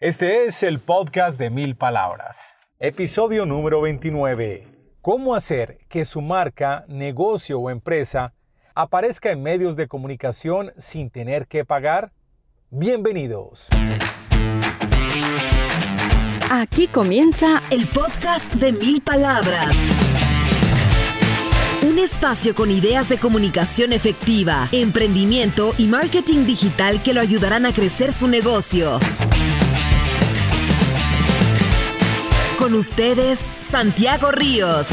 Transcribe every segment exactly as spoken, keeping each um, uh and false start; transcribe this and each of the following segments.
Este es el podcast de Mil Palabras, episodio número veintinueve. ¿Cómo hacer que su marca, negocio o empresa aparezca en medios de comunicación sin tener que pagar? Bienvenidos. Aquí comienza el podcast de Mil Palabras. Un espacio con ideas de comunicación efectiva, emprendimiento y marketing digital que lo ayudarán a crecer su negocio. Con ustedes, Santiago Ríos.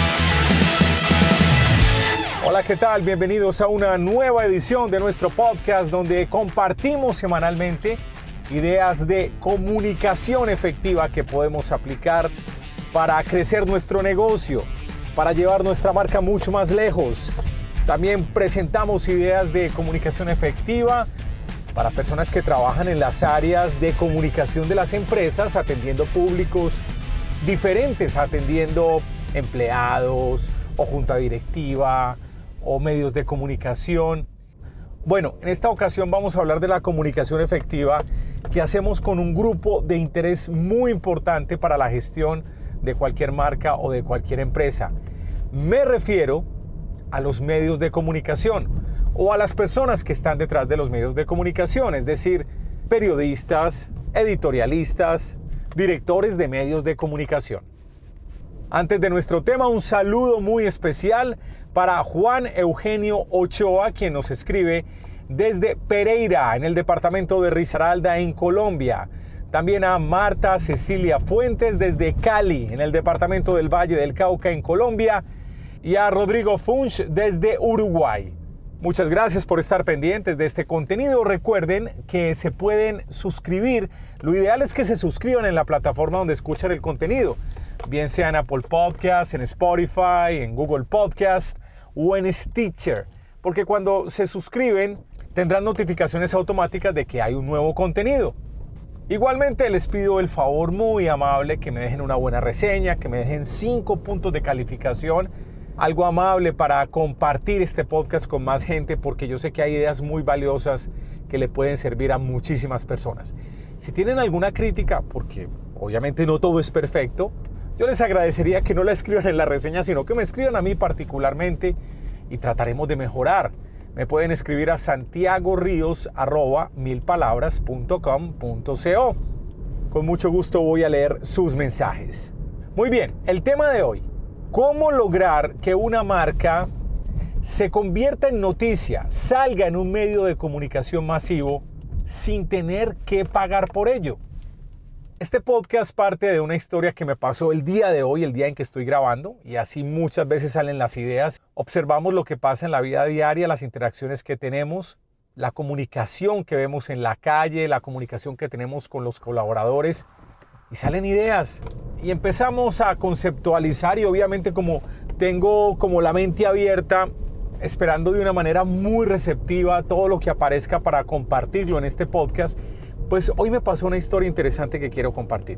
Hola, ¿qué tal? Bienvenidos a una nueva edición de nuestro podcast donde compartimos semanalmente ideas de comunicación efectiva que podemos aplicar para crecer nuestro negocio, para llevar nuestra marca mucho más lejos. También presentamos ideas de comunicación efectiva para personas que trabajan en las áreas de comunicación de las empresas, atendiendo públicos diferentes, atendiendo empleados o junta directiva o medios de comunicación. Bueno, en esta ocasión vamos a hablar de la comunicación efectiva que hacemos con un grupo de interés muy importante para la gestión de cualquier marca o de cualquier empresa. Me refiero a los medios de comunicación o a las personas que están detrás de los medios de comunicación, es decir, periodistas, editorialistas, directores de medios de comunicación. Antes de nuestro tema, un saludo muy especial para Juan Eugenio Ochoa, quien nos escribe desde Pereira, en el departamento de Risaralda, en Colombia. También a Marta Cecilia Fuentes desde Cali, en el departamento del Valle del Cauca, en Colombia. Y a Rodrigo Funch desde Uruguay. Muchas gracias por estar pendientes de este contenido. Recuerden que se pueden suscribir. Lo ideal es que se suscriban en la plataforma donde escuchan el contenido, bien sea en Apple Podcasts, en Spotify, en Google Podcasts o en Stitcher, porque cuando se suscriben tendrán notificaciones automáticas de que hay un nuevo contenido. Igualmente les pido el favor muy amable que me dejen una buena reseña, que me dejen cinco puntos de calificación, algo amable para compartir este podcast con más gente, porque yo sé que hay ideas muy valiosas que le pueden servir a muchísimas personas. Si tienen alguna crítica, porque obviamente no todo es perfecto, yo les agradecería que no la escriban en la reseña, sino que me escriban a mí particularmente y trataremos de mejorar. Me pueden escribir a santiagorios arroba milpalabras punto com punto co. Con mucho gusto voy a leer sus mensajes. Muy bien, el tema de hoy: ¿cómo lograr que una marca se convierta en noticia, salga en un medio de comunicación masivo sin tener que pagar por ello? Este podcast parte de una historia que me pasó el día de hoy, el día en que estoy grabando, y así muchas veces salen las ideas. Observamos lo que pasa en la vida diaria, las interacciones que tenemos, la comunicación que vemos en la calle, la comunicación que tenemos con los colaboradores, y salen ideas. Y empezamos a conceptualizar, y obviamente como tengo como la mente abierta, esperando de una manera muy receptiva todo lo que aparezca para compartirlo en este podcast, pues hoy me pasó una historia interesante que quiero compartir.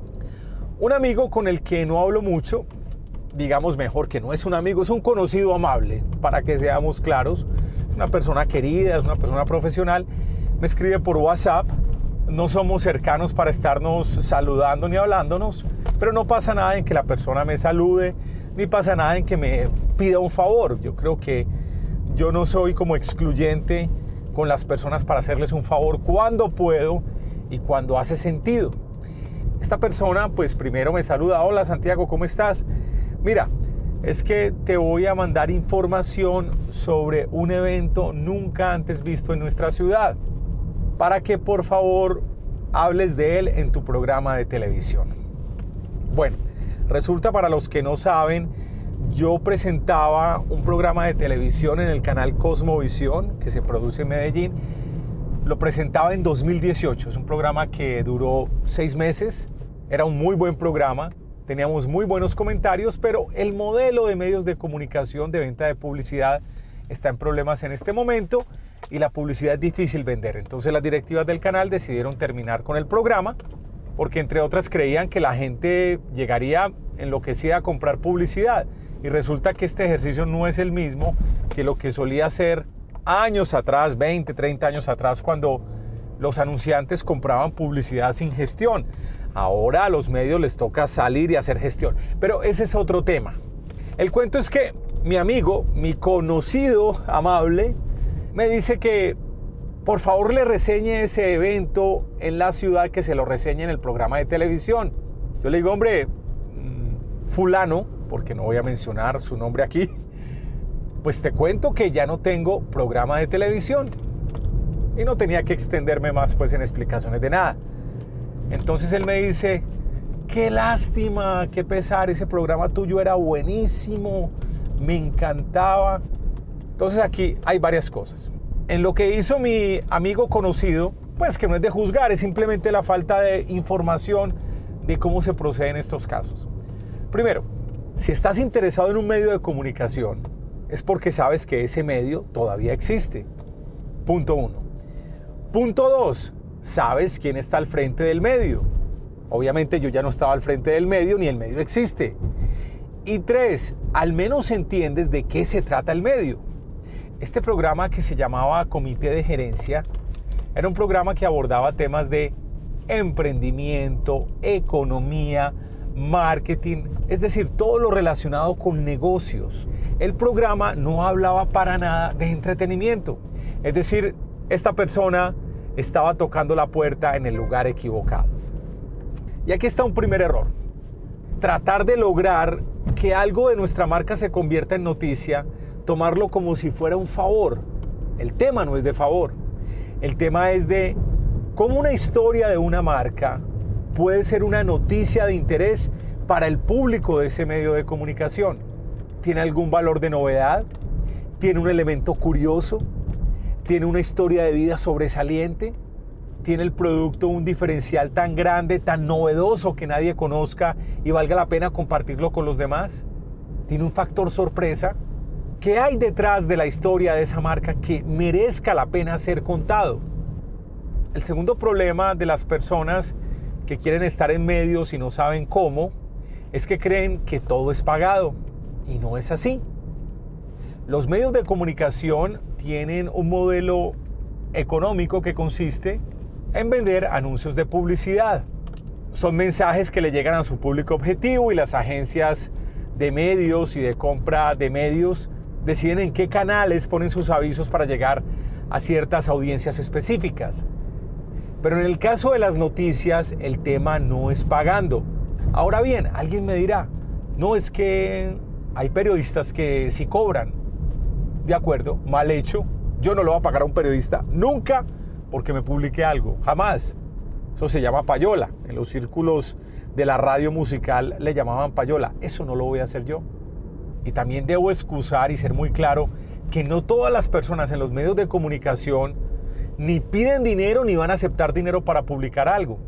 Un amigo con el que no hablo mucho, digamos mejor que no es un amigo, es un conocido amable, para que seamos claros. Es una persona querida, es una persona profesional, me escribe por WhatsApp. No somos cercanos para estarnos saludando ni hablándonos, pero no pasa nada en que la persona me salude, ni pasa nada en que me pida un favor. Yo creo que yo no soy como excluyente con las personas para hacerles un favor cuando puedo y cuando hace sentido. Esta persona pues primero me saluda: hola Santiago, ¿cómo estás? Mira, es que te voy a mandar información sobre un evento nunca antes visto en nuestra ciudad, para que por favor hables de él en tu programa de televisión. Bueno, resulta, para los que no saben, yo presentaba un programa de televisión en el canal Cosmovisión, que se produce en Medellín. Lo presentaba en dos mil dieciocho, es un programa que duró seis meses, era un muy buen programa, teníamos muy buenos comentarios, pero el modelo de medios de comunicación, de venta de publicidad, está en problemas en este momento y la publicidad es difícil vender. Entonces las directivas del canal decidieron terminar con el programa porque, entre otras, creían que la gente llegaría enloquecida a comprar publicidad, y resulta que este ejercicio no es el mismo que lo que solía hacer años atrás, veinte, treinta años atrás, cuando los anunciantes compraban publicidad sin gestión. Ahora a los medios les toca salir y hacer gestión. Pero ese es otro tema. El cuento es que mi amigo, mi conocido amable, me dice que por favor le reseñe ese evento en la ciudad, que se lo reseñe en el programa de televisión. Yo le digo, hombre, fulano, porque no voy a mencionar su nombre aquí, pues te cuento que ya no tengo programa de televisión. Y no tenía que extenderme más pues en explicaciones de nada. Entonces él me dice, qué lástima, qué pesar, ese programa tuyo era buenísimo, me encantaba. Entonces aquí hay varias cosas. En lo que hizo mi amigo conocido, pues que no es de juzgar, es simplemente la falta de información de cómo se procede en estos casos. Primero, si estás interesado en un medio de comunicación, es porque sabes que ese medio todavía existe. Punto uno. Punto dos, sabes quién está al frente del medio. Obviamente yo ya no estaba al frente del medio, ni el medio existe. Y tres, al menos entiendes de qué se trata el medio. Este programa, que se llamaba Comité de Gerencia, era un programa que abordaba temas de emprendimiento, economía, marketing, es decir, todo lo relacionado con negocios. El programa no hablaba para nada de entretenimiento. Es decir, esta persona estaba tocando la puerta en el lugar equivocado. Y aquí está un primer error. Tratar de lograr que algo de nuestra marca se convierta en noticia, tomarlo como si fuera un favor. El tema no es de favor. El tema es de cómo una historia de una marca puede ser una noticia de interés para el público de ese medio de comunicación. ¿Tiene algún valor de novedad? ¿Tiene un elemento curioso? ¿Tiene una historia de vida sobresaliente? ¿Tiene el producto un diferencial tan grande, tan novedoso que nadie conozca y valga la pena compartirlo con los demás? ¿Tiene un factor sorpresa? ¿Qué hay detrás de la historia de esa marca que merezca la pena ser contado? El segundo problema de las personas que quieren estar en medios y no saben cómo es que creen que todo es pagado, y no es así. Los medios de comunicación tienen un modelo económico que consiste en vender anuncios de publicidad. Son mensajes que le llegan a su público objetivo y las agencias de medios y de compra de medios deciden en qué canales ponen sus avisos para llegar a ciertas audiencias específicas. Pero en el caso de las noticias, el tema no es pagando. Ahora bien, alguien me dirá, no, es que hay periodistas que sí cobran. De acuerdo, mal hecho. Yo no le voy a pagar a un periodista nunca porque me publique algo, jamás. Eso se llama payola. En los círculos de la radio musical le llamaban payola. Eso no lo voy a hacer yo. Y también debo excusar y ser muy claro que no todas las personas en los medios de comunicación ni piden dinero ni van a aceptar dinero para publicar algo.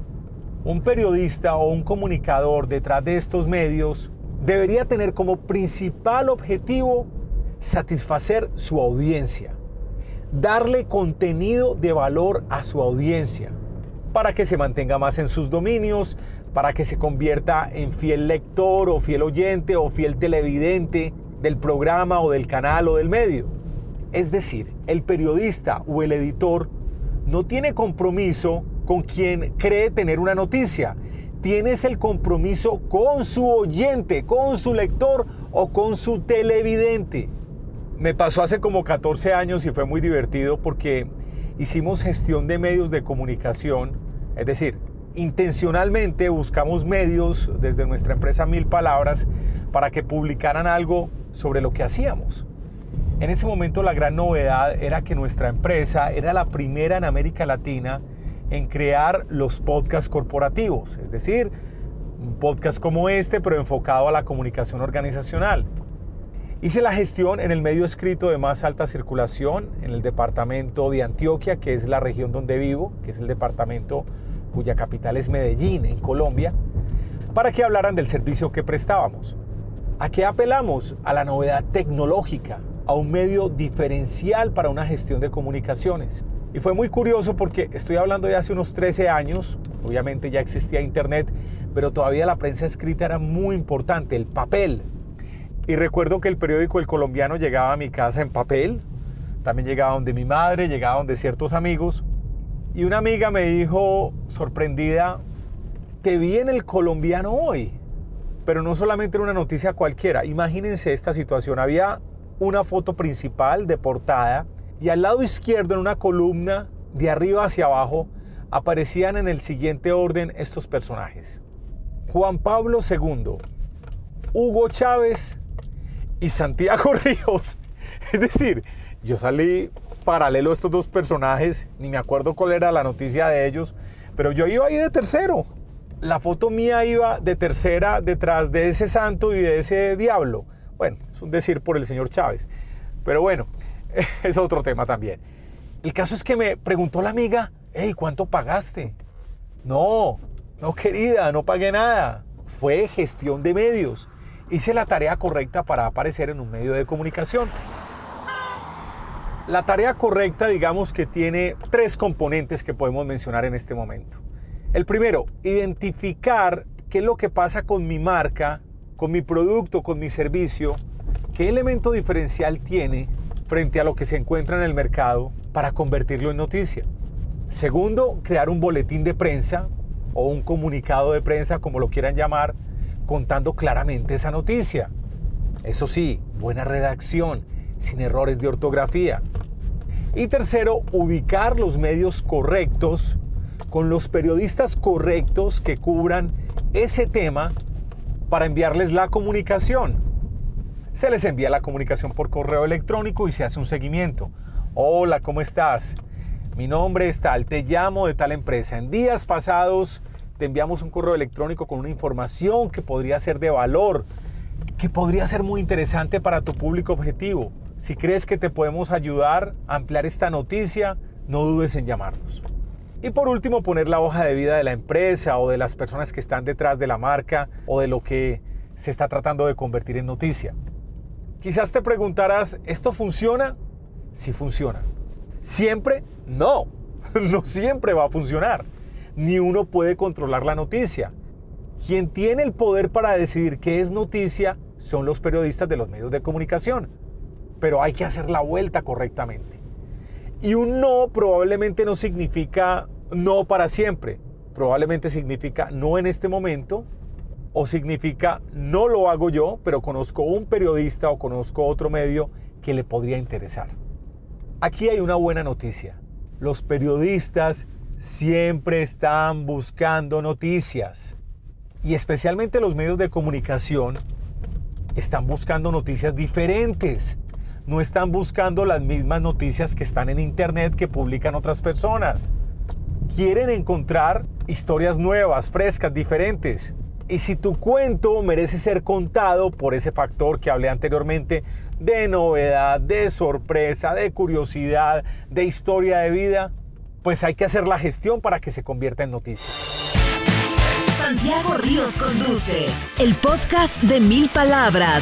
Un periodista o un comunicador detrás de estos medios debería tener como principal objetivo satisfacer su audiencia, darle contenido de valor a su audiencia, para que se mantenga más en sus dominios, para que se convierta en fiel lector o fiel oyente o fiel televidente del programa o del canal o del medio. Es decir, el periodista o el editor no tiene compromiso con quien cree tener una noticia. Tienes el compromiso con su oyente, con su lector o con su televidente. Me pasó hace como catorce años y fue muy divertido porque hicimos gestión de medios de comunicación, es decir, intencionalmente buscamos medios desde nuestra empresa Mil Palabras para que publicaran algo sobre lo que hacíamos. En ese momento la gran novedad era que nuestra empresa era la primera en América Latina en crear los podcasts corporativos, es decir, un podcast como este pero enfocado a la comunicación organizacional. Hice la gestión en el medio escrito de más alta circulación, en el departamento de Antioquia, que es la región donde vivo, que es el departamento cuya capital es Medellín, en Colombia, para que hablaran del servicio que prestábamos. ¿A qué apelamos? A la novedad tecnológica, a un medio diferencial para una gestión de comunicaciones. Y fue muy curioso porque estoy hablando de hace unos trece años, obviamente ya existía internet, pero todavía la prensa escrita era muy importante, el papel. Y recuerdo que el periódico El Colombiano llegaba a mi casa en papel, también llegaba donde mi madre, llegaba donde ciertos amigos, Y una amiga me dijo, sorprendida, te vi en El Colombiano hoy. Pero no solamente era una noticia cualquiera. Imagínense esta situación. Había una foto principal de portada y al lado izquierdo, en una columna de arriba hacia abajo, aparecían en el siguiente orden estos personajes: Juan Pablo segundo, Hugo Chávez y Santiago Ríos. Es decir, yo salí paralelo a estos dos personajes, ni me acuerdo cuál era la noticia de ellos, pero yo iba ahí de tercero. La foto mía iba de tercera detrás de ese santo y de ese diablo. Bueno, es un decir por el señor Chávez. Pero bueno, es otro tema también. El caso es que me preguntó la amiga, hey, ¿cuánto pagaste? No, no querida, no pagué nada. Fue gestión de medios. Hice la tarea correcta para aparecer en un medio de comunicación. La tarea correcta, digamos que tiene tres componentes que podemos mencionar en este momento. El primero, identificar qué es lo que pasa con mi marca, con mi producto, con mi servicio, qué elemento diferencial tiene frente a lo que se encuentra en el mercado para convertirlo en noticia. Segundo, crear un boletín de prensa o un comunicado de prensa, como lo quieran llamar, contando claramente esa noticia. Eso sí, buena redacción, sin errores de ortografía. Y tercero, ubicar los medios correctos con los periodistas correctos que cubran ese tema para enviarles la comunicación. Se les envía la comunicación por correo electrónico y se hace un seguimiento. Hola, ¿cómo estás? Mi nombre es tal, te llamo de tal empresa. En días pasados te enviamos un correo electrónico con una información que podría ser de valor, que podría ser muy interesante para tu público objetivo. Si crees que te podemos ayudar a ampliar esta noticia, no dudes en llamarnos. Y por último, poner la hoja de vida de la empresa o de las personas que están detrás de la marca o de lo que se está tratando de convertir en noticia. Quizás te preguntarás, ¿esto funciona? Sí funciona. ¿Siempre? No, no siempre va a funcionar. Ni uno puede controlar la noticia. Quien tiene el poder para decidir qué es noticia son los periodistas de los medios de comunicación. Pero hay que hacer la vuelta correctamente. Y un no probablemente no significa no para siempre. Probablemente significa no en este momento, o significa no lo hago yo, pero conozco un periodista o conozco otro medio que le podría interesar. Aquí hay una buena noticia. Los periodistas siempre están buscando noticias. Y especialmente los medios de comunicación están buscando noticias diferentes. No están buscando las mismas noticias que están en internet que publican otras personas. Quieren encontrar historias nuevas, frescas, diferentes. Y si tu cuento merece ser contado por ese factor que hablé anteriormente, de novedad, de sorpresa, de curiosidad, de historia de vida, pues hay que hacer la gestión para que se convierta en noticia. Santiago Ríos conduce el podcast de Mil Palabras.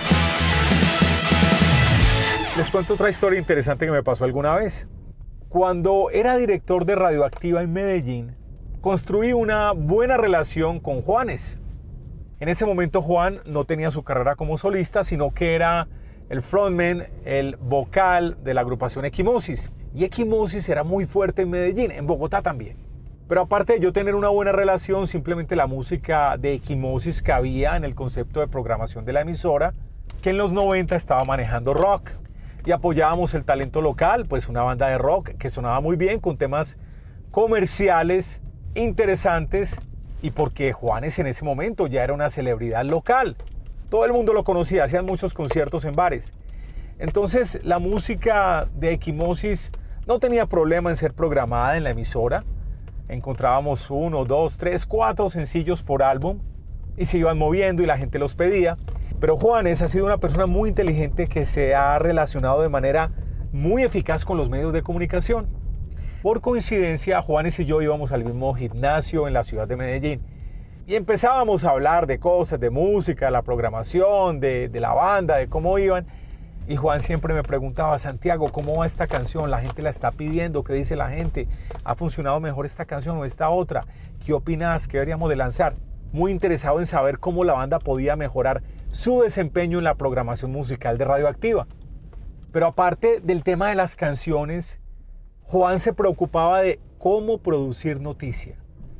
Les cuento otra historia interesante que me pasó alguna vez. Cuando era director de Radioactiva en Medellín, construí una buena relación con Juanes. En ese momento Juan no tenía su carrera como solista, sino que era el frontman, el vocal de la agrupación Equimosis. Y Equimosis era muy fuerte en Medellín, en Bogotá también. Pero aparte de yo tener una buena relación, simplemente la música de Equimosis cabía en el concepto de programación de la emisora, que en los noventa estaba manejando rock. Y apoyábamos el talento local, pues una banda de rock que sonaba muy bien, con temas comerciales, interesantes, y porque Juanes en ese momento ya era una celebridad local. Todo el mundo lo conocía, hacían muchos conciertos en bares. Entonces la música de Equimosis no tenía problema en ser programada en la emisora. Encontrábamos uno, dos, tres, cuatro sencillos por álbum y se iban moviendo y la gente los pedía. Pero Juanes ha sido una persona muy inteligente que se ha relacionado de manera muy eficaz con los medios de comunicación. Por coincidencia, Juanes y yo íbamos al mismo gimnasio en la ciudad de Medellín y empezábamos a hablar de cosas, de música, la programación, de, de la banda, de cómo iban. Y Juan siempre me preguntaba, Santiago, ¿cómo va esta canción? La gente la está pidiendo, ¿qué dice la gente? ¿Ha funcionado mejor esta canción o esta otra? ¿Qué opinas? ¿Qué deberíamos de lanzar? Muy interesado en saber cómo la banda podía mejorar su desempeño en la programación musical de Radioactiva. Pero aparte del tema de las canciones, Juan se preocupaba de cómo producir noticia,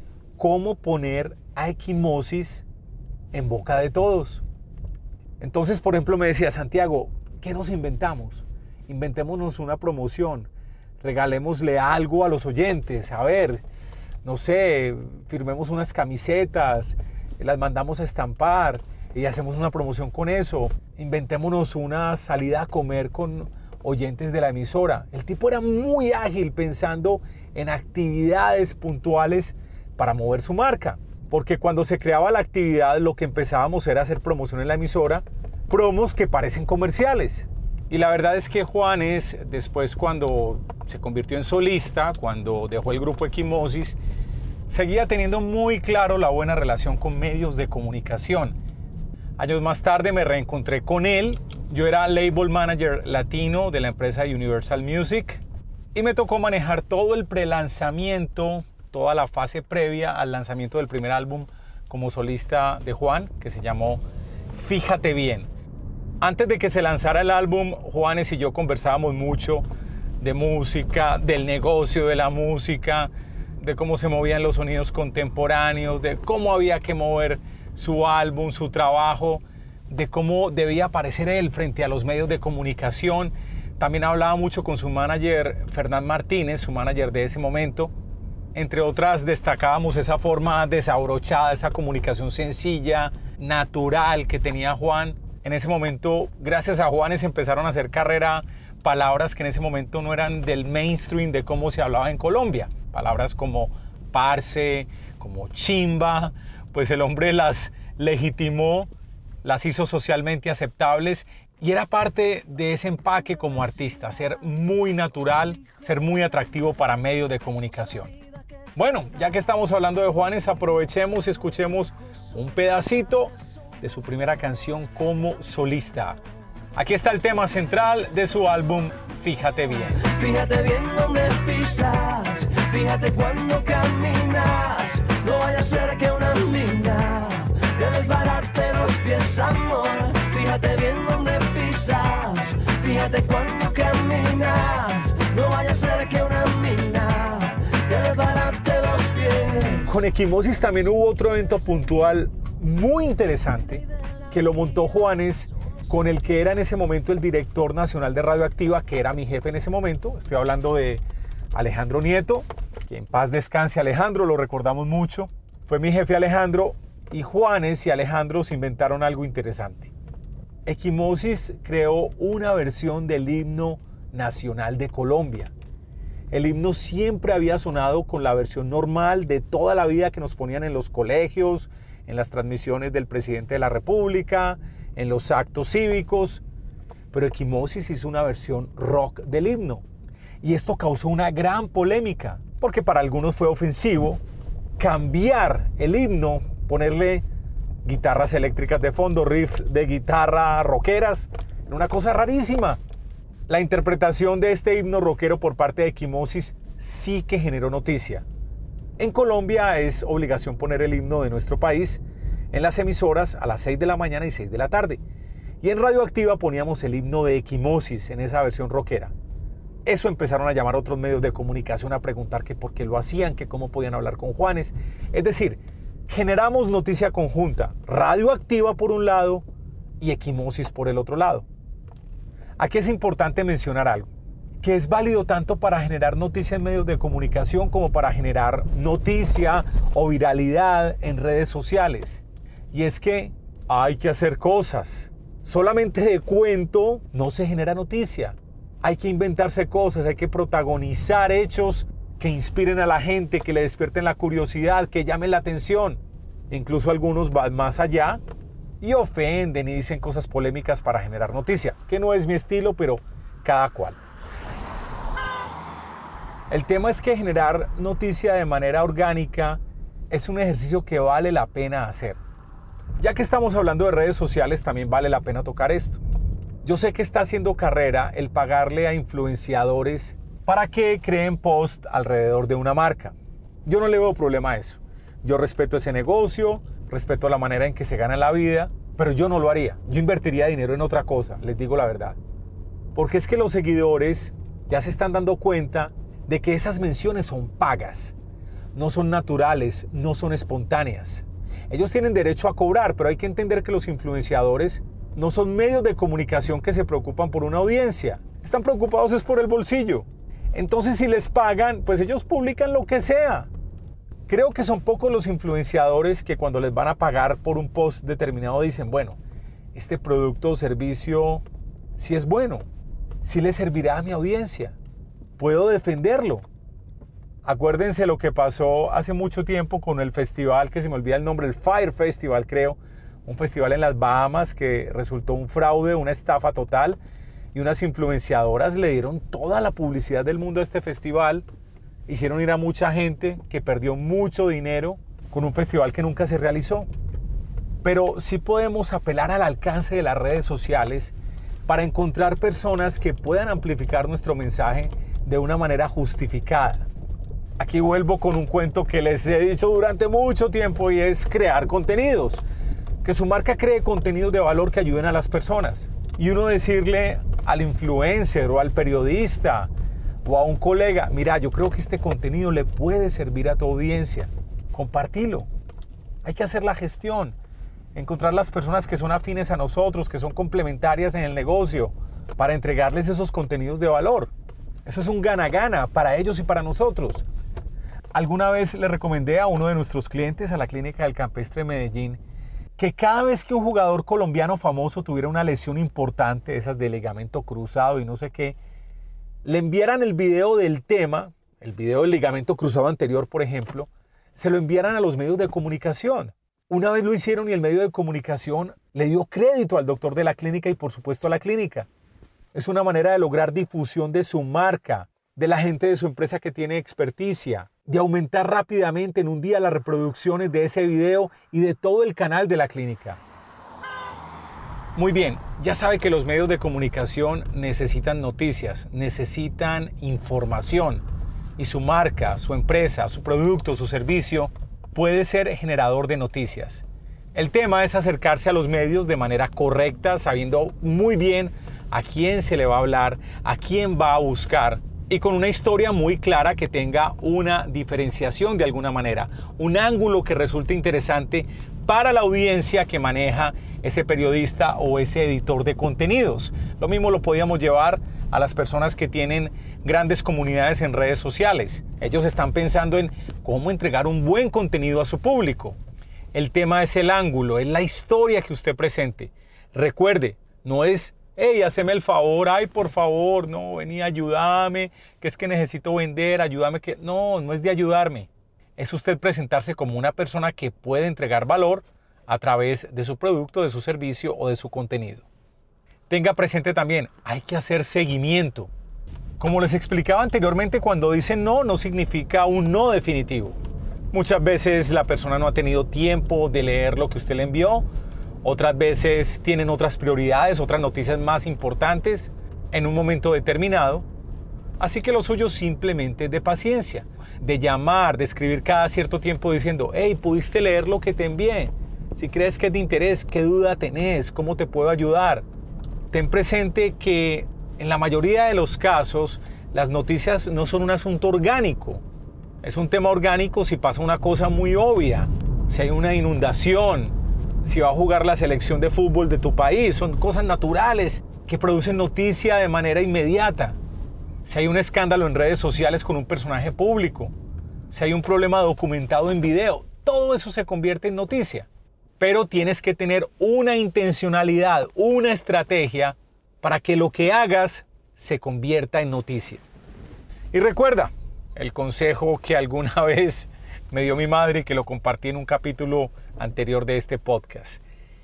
cómo poner a Equimosis en boca de todos. Entonces, por ejemplo, me decía, Santiago, ¿qué nos inventamos? Inventémonos una promoción, regalémosle algo a los oyentes, a ver, no sé, firmemos unas camisetas, las mandamos a estampar y hacemos una promoción con eso. Inventémonos una salida a comer con oyentes de la emisora. El tipo era muy ágil pensando en actividades puntuales para mover su marca, porque cuando se creaba la actividad lo que empezábamos era hacer promoción en la emisora, promos que parecen comerciales. Y la verdad es que Juanes, después cuando se convirtió en solista, cuando dejó el grupo Equimosis, seguía teniendo muy claro la buena relación con medios de comunicación. Años más tarde me reencontré con él. Yo era label manager latino de la empresa Universal Music y me tocó manejar todo el prelanzamiento, toda la fase previa al lanzamiento del primer álbum como solista de Juan, que se llamó Fíjate Bien. Antes de que se lanzara el álbum, Juanes y yo conversábamos mucho de música, del negocio de la música, de cómo se movían los sonidos contemporáneos, de cómo había que mover su álbum, su trabajo, de cómo debía aparecer él frente a los medios de comunicación. También hablaba mucho con su manager, Fernán Martínez, su manager de ese momento. Entre otras, destacábamos esa forma desabrochada, esa comunicación sencilla, natural que tenía Juan. En ese momento, gracias a Juanes, empezaron a hacer carrera palabras que en ese momento no eran del mainstream de cómo se hablaba en Colombia. Palabras como parce, como chimba, pues el hombre las legitimó, las hizo socialmente aceptables y era parte de ese empaque como artista, ser muy natural, ser muy atractivo para medios de comunicación. Bueno, ya que estamos hablando de Juanes, aprovechemos y escuchemos un pedacito de su primera canción como solista. Aquí está el tema central de su álbum Fíjate Bien. Fíjate bien dónde pisas, fíjate cuando caminas, no vaya a ser que una mina te desbarate los pies, amor. Fíjate bien dónde pisas, fíjate cuando caminas, no vaya a ser que una mina te desbarate los pies. Con Equimosis también hubo otro evento puntual muy interesante que lo montó Juanes con el que era en ese momento el director nacional de Radioactiva, que era mi jefe en ese momento. Estoy hablando de Alejandro Nieto, que en paz descanse Alejandro, lo recordamos mucho. Fue mi jefe Alejandro y Juanes y Alejandro se inventaron algo interesante. Equimosis creó una versión del himno nacional de Colombia. El himno siempre había sonado con la versión normal de toda la vida que nos ponían en los colegios, en las transmisiones del presidente de la República, en los actos cívicos, pero Equimosis hizo una versión rock del himno. Y esto causó una gran polémica, porque para algunos fue ofensivo cambiar el himno, ponerle guitarras eléctricas de fondo, riffs de guitarra rockeras, era una cosa rarísima. La interpretación de este himno rockero por parte de Equimosis sí que generó noticia. En Colombia es obligación poner el himno de nuestro país en las emisoras a las seis de la mañana y seis de la tarde. Y en Radioactiva poníamos el himno de Equimosis en esa versión rockera. Eso empezaron a llamar otros medios de comunicación a preguntar que por qué lo hacían, que cómo podían hablar con Juanes. Es decir, generamos noticia conjunta, Radioactiva por un lado y Equimosis por el otro lado. Aquí es importante mencionar algo, que es válido tanto para generar noticia en medios de comunicación como para generar noticia o viralidad en redes sociales. Y es que hay que hacer cosas. Solamente de cuento no se genera noticia. Hay que inventarse cosas, hay que protagonizar hechos que inspiren a la gente, que le despierten la curiosidad, que llamen la atención. Incluso algunos van más allá y ofenden y dicen cosas polémicas para generar noticia, que no es mi estilo, pero cada cual. El tema es que generar noticia de manera orgánica es un ejercicio que vale la pena hacer. Ya que estamos hablando de redes sociales, también vale la pena tocar esto. Yo sé que está haciendo carrera el pagarle a influenciadores para que creen post alrededor de una marca. Yo no le veo problema a eso. Yo respeto ese negocio, respeto la manera en que se gana la vida, pero yo no lo haría. Yo invertiría dinero en otra cosa, les digo la verdad. Porque es que los seguidores ya se están dando cuenta de que esas menciones son pagas, no son naturales, no son espontáneas. Ellos tienen derecho a cobrar, pero hay que entender que los influenciadores no son medios de comunicación que se preocupan por una audiencia. Están preocupados es por el bolsillo. Entonces, si les pagan, pues ellos publican lo que sea. Creo que son pocos los influenciadores que cuando les van a pagar por un post determinado dicen, bueno, este producto o servicio sí es bueno, sí le servirá a mi audiencia, puedo defenderlo. Acuérdense lo que pasó hace mucho tiempo con el festival, que se me olvida el nombre, el Fire Festival creo, un festival en las Bahamas que resultó un fraude, una estafa total, y unas influenciadoras le dieron toda la publicidad del mundo a este festival, hicieron ir a mucha gente que perdió mucho dinero con un festival que nunca se realizó. Pero sí podemos apelar al alcance de las redes sociales para encontrar personas que puedan amplificar nuestro mensaje de una manera justificada. Aquí vuelvo con un cuento que les he dicho durante mucho tiempo y es crear contenidos. Que su marca cree contenidos de valor que ayuden a las personas. Y uno decirle al influencer o al periodista o a un colega, mira, yo creo que este contenido le puede servir a tu audiencia. Compartilo. Hay que hacer la gestión. Encontrar las personas que son afines a nosotros, que son complementarias en el negocio, para entregarles esos contenidos de valor. Eso es un gana-gana para ellos y para nosotros. Alguna vez le recomendé a uno de nuestros clientes, a la Clínica del Campestre de Medellín, que cada vez que un jugador colombiano famoso tuviera una lesión importante, esas de ligamento cruzado y no sé qué, le enviaran el video del tema, el video del ligamento cruzado anterior, por ejemplo, se lo enviaran a los medios de comunicación. Una vez lo hicieron y el medio de comunicación le dio crédito al doctor de la clínica y por supuesto a la clínica. Es una manera de lograr difusión de su marca, de la gente de su empresa que tiene experticia, de aumentar rápidamente en un día las reproducciones de ese video y de todo el canal de la clínica. Muy bien, ya sabe que los medios de comunicación necesitan noticias, necesitan información y su marca, su empresa, su producto, su servicio puede ser generador de noticias. El tema es acercarse a los medios de manera correcta, sabiendo muy bien a quién se le va a hablar, a quién va a buscar y con una historia muy clara que tenga una diferenciación de alguna manera, un ángulo que resulte interesante para la audiencia que maneja ese periodista o ese editor de contenidos. Lo mismo lo podíamos llevar a las personas que tienen grandes comunidades en redes sociales. Ellos están pensando en cómo entregar un buen contenido a su público. El tema es el ángulo, es la historia que usted presente. Recuerde, no es hey, haceme el favor, ay, por favor, no, vení, ayúdame, que es que necesito vender, ayúdame, que no, no es de ayudarme. Es usted presentarse como una persona que puede entregar valor a través de su producto, de su servicio o de su contenido. Tenga presente también, hay que hacer seguimiento. Como les explicaba anteriormente, cuando dicen no, no significa un no definitivo. Muchas veces la persona no ha tenido tiempo de leer lo que usted le envió. Otras veces tienen otras prioridades, otras noticias más importantes en un momento determinado. Así que lo suyo simplemente es de paciencia, de llamar, de escribir cada cierto tiempo diciendo, hey, ¿pudiste leer lo que te envié? Si crees que es de interés, ¿qué duda tenés? ¿Cómo te puedo ayudar? Ten presente que en la mayoría de los casos las noticias no son un asunto orgánico. Es un tema orgánico si pasa una cosa muy obvia, si hay una inundación, si va a jugar la selección de fútbol de tu país. Son cosas naturales que producen noticia de manera inmediata. Si hay un escándalo en redes sociales con un personaje público, si hay un problema documentado en video, todo eso se convierte en noticia. Pero tienes que tener una intencionalidad, una estrategia para que lo que hagas se convierta en noticia. Y recuerda el consejo que alguna vez me dio mi madre y que lo compartí en un capítulo anterior de este podcast.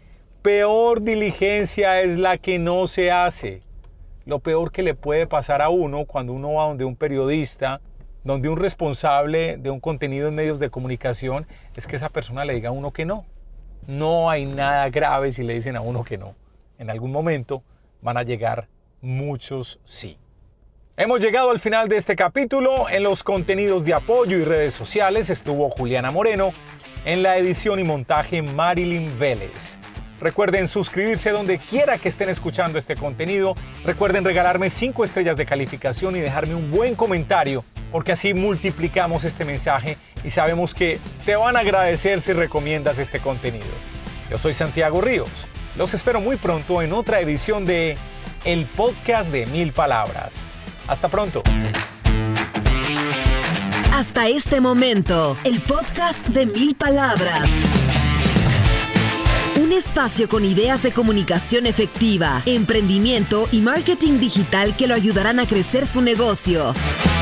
Peor diligencia es la que no se hace. Lo peor que le puede pasar a uno cuando uno va donde un periodista, donde un responsable de un contenido en medios de comunicación, es que esa persona le diga a uno que no. No hay nada grave si le dicen a uno que no. En algún momento van a llegar muchos sí. Hemos llegado al final de este capítulo. En los contenidos de apoyo y redes sociales estuvo Juliana Moreno. En la edición y montaje, Marilyn Vélez. Recuerden suscribirse donde quiera que estén escuchando este contenido. Recuerden regalarme cinco estrellas de calificación y dejarme un buen comentario porque así multiplicamos este mensaje y sabemos que te van a agradecer si recomiendas este contenido. Yo soy Santiago Ríos. Los espero muy pronto en otra edición de El Podcast de Mil Palabras. Hasta pronto. Hasta este momento, el Podcast de Mil Palabras. Un espacio con ideas de comunicación efectiva, emprendimiento y marketing digital que lo ayudarán a crecer su negocio.